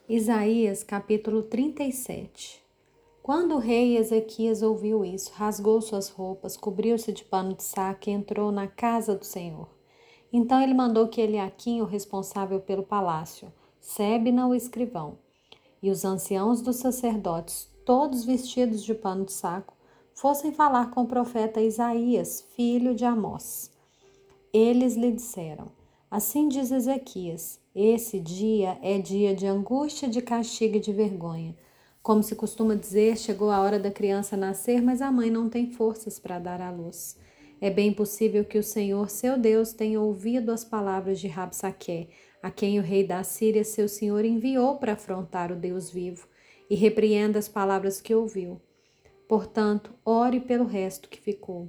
Isaías capítulo 37. Quando o rei Ezequias ouviu isso, rasgou suas roupas, cobriu-se de pano de saco e entrou na casa do Senhor. Então ele mandou que Eliaquim, o responsável pelo palácio, Sebna, o escrivão, e os anciãos dos sacerdotes, todos vestidos de pano de saco, fossem falar com o profeta Isaías, filho de Amós. Eles lhe disseram: Assim diz Ezequias, esse dia é dia de angústia, de castigo e de vergonha. Como se costuma dizer, chegou a hora da criança nascer, mas a mãe não tem forças para dar à luz. É bem possível que o Senhor, seu Deus, tenha ouvido as palavras de Rabsaqué, a quem o rei da Síria, seu senhor, enviou para afrontar o Deus vivo, e repreenda as palavras que ouviu. Portanto, ore pelo resto que ficou.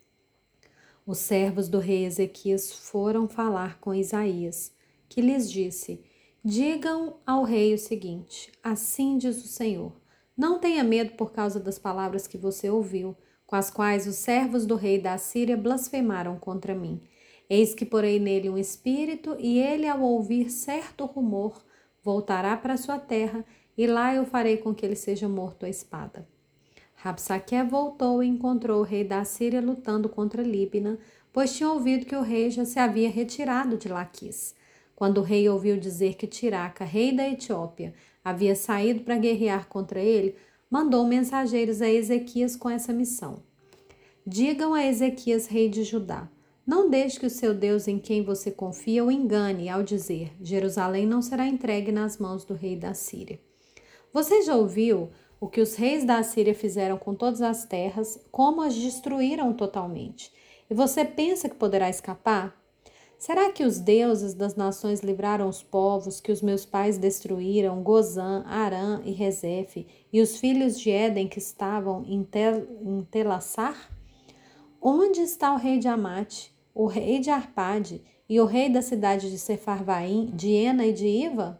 Os servos do rei Ezequias foram falar com Isaías, que lhes disse: Digam ao rei o seguinte: Assim diz o Senhor: Não tenha medo por causa das palavras que você ouviu, com as quais os servos do rei da Síria blasfemaram contra mim. Eis que porei nele um espírito, e ele, ao ouvir certo rumor, voltará para sua terra, e lá eu farei com que ele seja morto à espada. Rabsaqué voltou e encontrou o rei da Síria lutando contra Líbina, pois tinha ouvido que o rei já se havia retirado de Laquis. Quando o rei ouviu dizer que Tiraca, rei da Etiópia, havia saído para guerrear contra ele, mandou mensageiros a Ezequias com essa missão: Digam a Ezequias, rei de Judá: Não deixe que o seu Deus em quem você confia o engane ao dizer: Jerusalém não será entregue nas mãos do rei da Síria. Você já ouviu o que os reis da Assíria fizeram com todas as terras, como as destruíram totalmente? E você pensa que poderá escapar? Será que os deuses das nações livraram os povos que os meus pais destruíram, Gozã, Arã e Rezefe, e os filhos de Éden que estavam em Telassar? Onde está o rei de Amate, o rei de Arpade e o rei da cidade de Sefarvaim, de Ena e de Iva?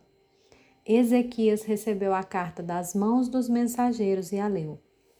Ezequias recebeu a carta das mãos dos mensageiros e a leu.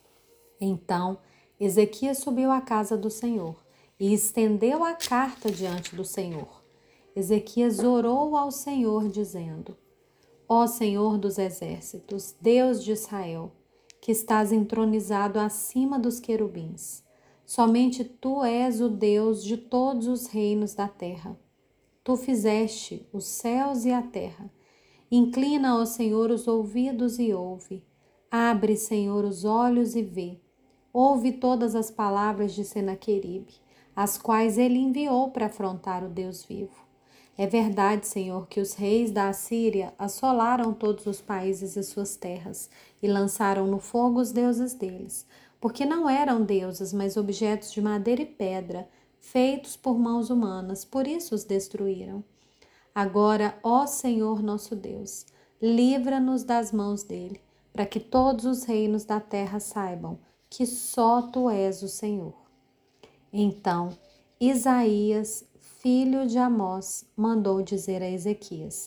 Então, Ezequias subiu à casa do Senhor e estendeu a carta diante do Senhor. Ezequias orou ao Senhor, dizendo: Ó Senhor dos exércitos, Deus de Israel, que estás entronizado acima dos querubins, somente tu és o Deus de todos os reinos da terra. Tu fizeste os céus e a terra. Inclina, ó Senhor, os ouvidos e ouve. Abre, Senhor, os olhos e vê. Ouve todas as palavras de Senaqueribe, as quais ele enviou para afrontar o Deus vivo. É verdade, Senhor, que os reis da Assíria assolaram todos os países e suas terras e lançaram no fogo os deuses deles, porque não eram deuses, mas objetos de madeira e pedra, feitos por mãos humanas, por isso os destruíram. Agora, ó Senhor nosso Deus, livra-nos das mãos dele, para que todos os reinos da terra saibam que só tu és o Senhor. Então, Isaías, filho de Amós, mandou dizer a Ezequias: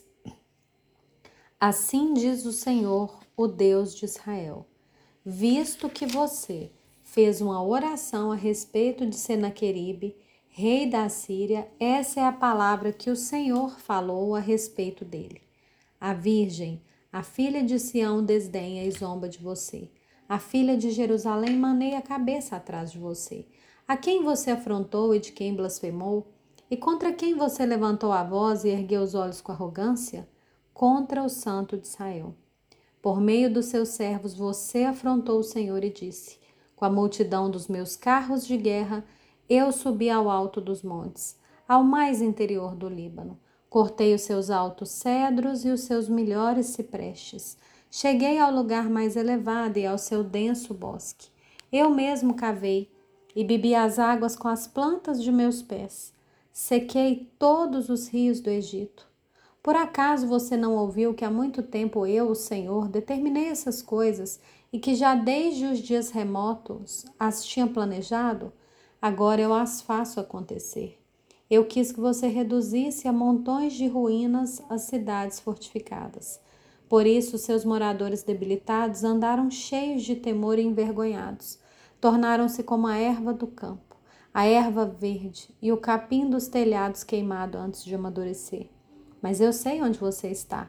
Assim diz o Senhor, o Deus de Israel: Visto que você fez uma oração a respeito de Senaqueribe, rei da Síria, essa é a palavra que o Senhor falou a respeito dele. A virgem, a filha de Sião, desdenha e zomba de você. A filha de Jerusalém maneia a cabeça atrás de você. A quem você afrontou e de quem blasfemou? E contra quem você levantou a voz e ergueu os olhos com arrogância? Contra o Santo de Israel. Por meio dos seus servos você afrontou o Senhor e disse: Com a multidão dos meus carros de guerra, eu subi ao alto dos montes, ao mais interior do Líbano. Cortei os seus altos cedros e os seus melhores ciprestes. Cheguei ao lugar mais elevado e ao seu denso bosque. Eu mesmo cavei e bebi as águas com as plantas de meus pés. Sequei todos os rios do Egito. Por acaso você não ouviu que há muito tempo eu, o Senhor, determinei essas coisas e que já desde os dias remotos as tinha planejado? Agora eu as faço acontecer. Eu quis que você reduzisse a montões de ruínas as cidades fortificadas. Por isso seus moradores debilitados andaram cheios de temor e envergonhados. Tornaram-se como a erva do campo, a erva verde e o capim dos telhados queimado antes de amadurecer. Mas eu sei onde você está.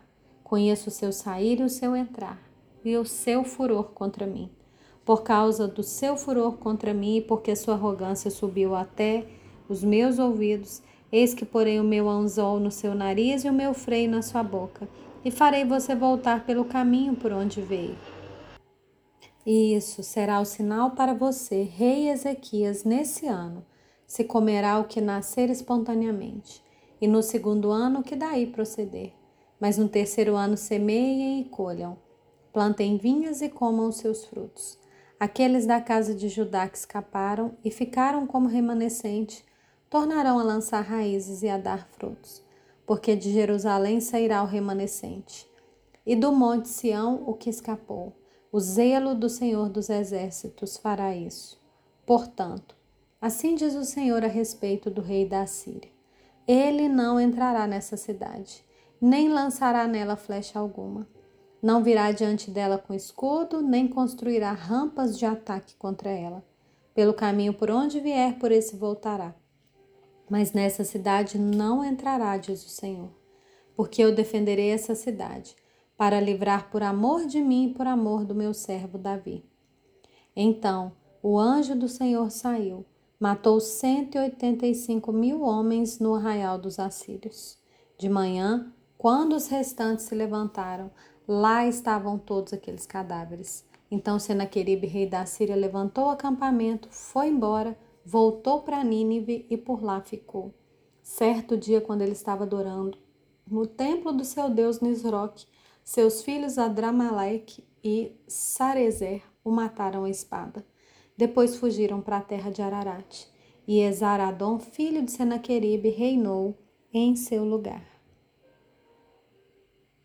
Conheço o seu sair e o seu entrar, e o seu furor contra mim. Por causa do seu furor contra mim, e porque sua arrogância subiu até os meus ouvidos, eis que porei o meu anzol no seu nariz e o meu freio na sua boca, e farei você voltar pelo caminho por onde veio. E isso será o sinal para você, rei Ezequias, nesse ano. Se comerá o que nascer espontaneamente, e no segundo ano o que daí proceder. Mas no terceiro ano semeiem e colham, plantem vinhas e comam os seus frutos. Aqueles da casa de Judá que escaparam e ficaram como remanescente, tornarão a lançar raízes e a dar frutos, porque de Jerusalém sairá o remanescente, e do monte Sião o que escapou. O zelo do Senhor dos Exércitos fará isso. Portanto, assim diz o Senhor a respeito do rei da Assíria: ele não entrará nessa cidade, nem lançará nela flecha alguma. Não virá diante dela com escudo, nem construirá rampas de ataque contra ela. Pelo caminho por onde vier, por esse voltará. Mas nessa cidade não entrará, diz o Senhor, porque eu defenderei essa cidade, para livrar por amor de mim e por amor do meu servo Davi. Então o anjo do Senhor saiu, matou 185.000 homens no arraial dos assírios. De manhã, quando os restantes se levantaram, lá estavam todos aqueles cadáveres. Então Senaqueribe, rei da Síria, levantou o acampamento, foi embora, voltou para Nínive e por lá ficou. Certo dia, quando ele estava adorando no templo do seu deus Nisroque, seus filhos Adramaleque e Sarezer o mataram à espada. Depois fugiram para a terra de Ararat, e Esar-Adom, filho de Senaqueribe, reinou em seu lugar.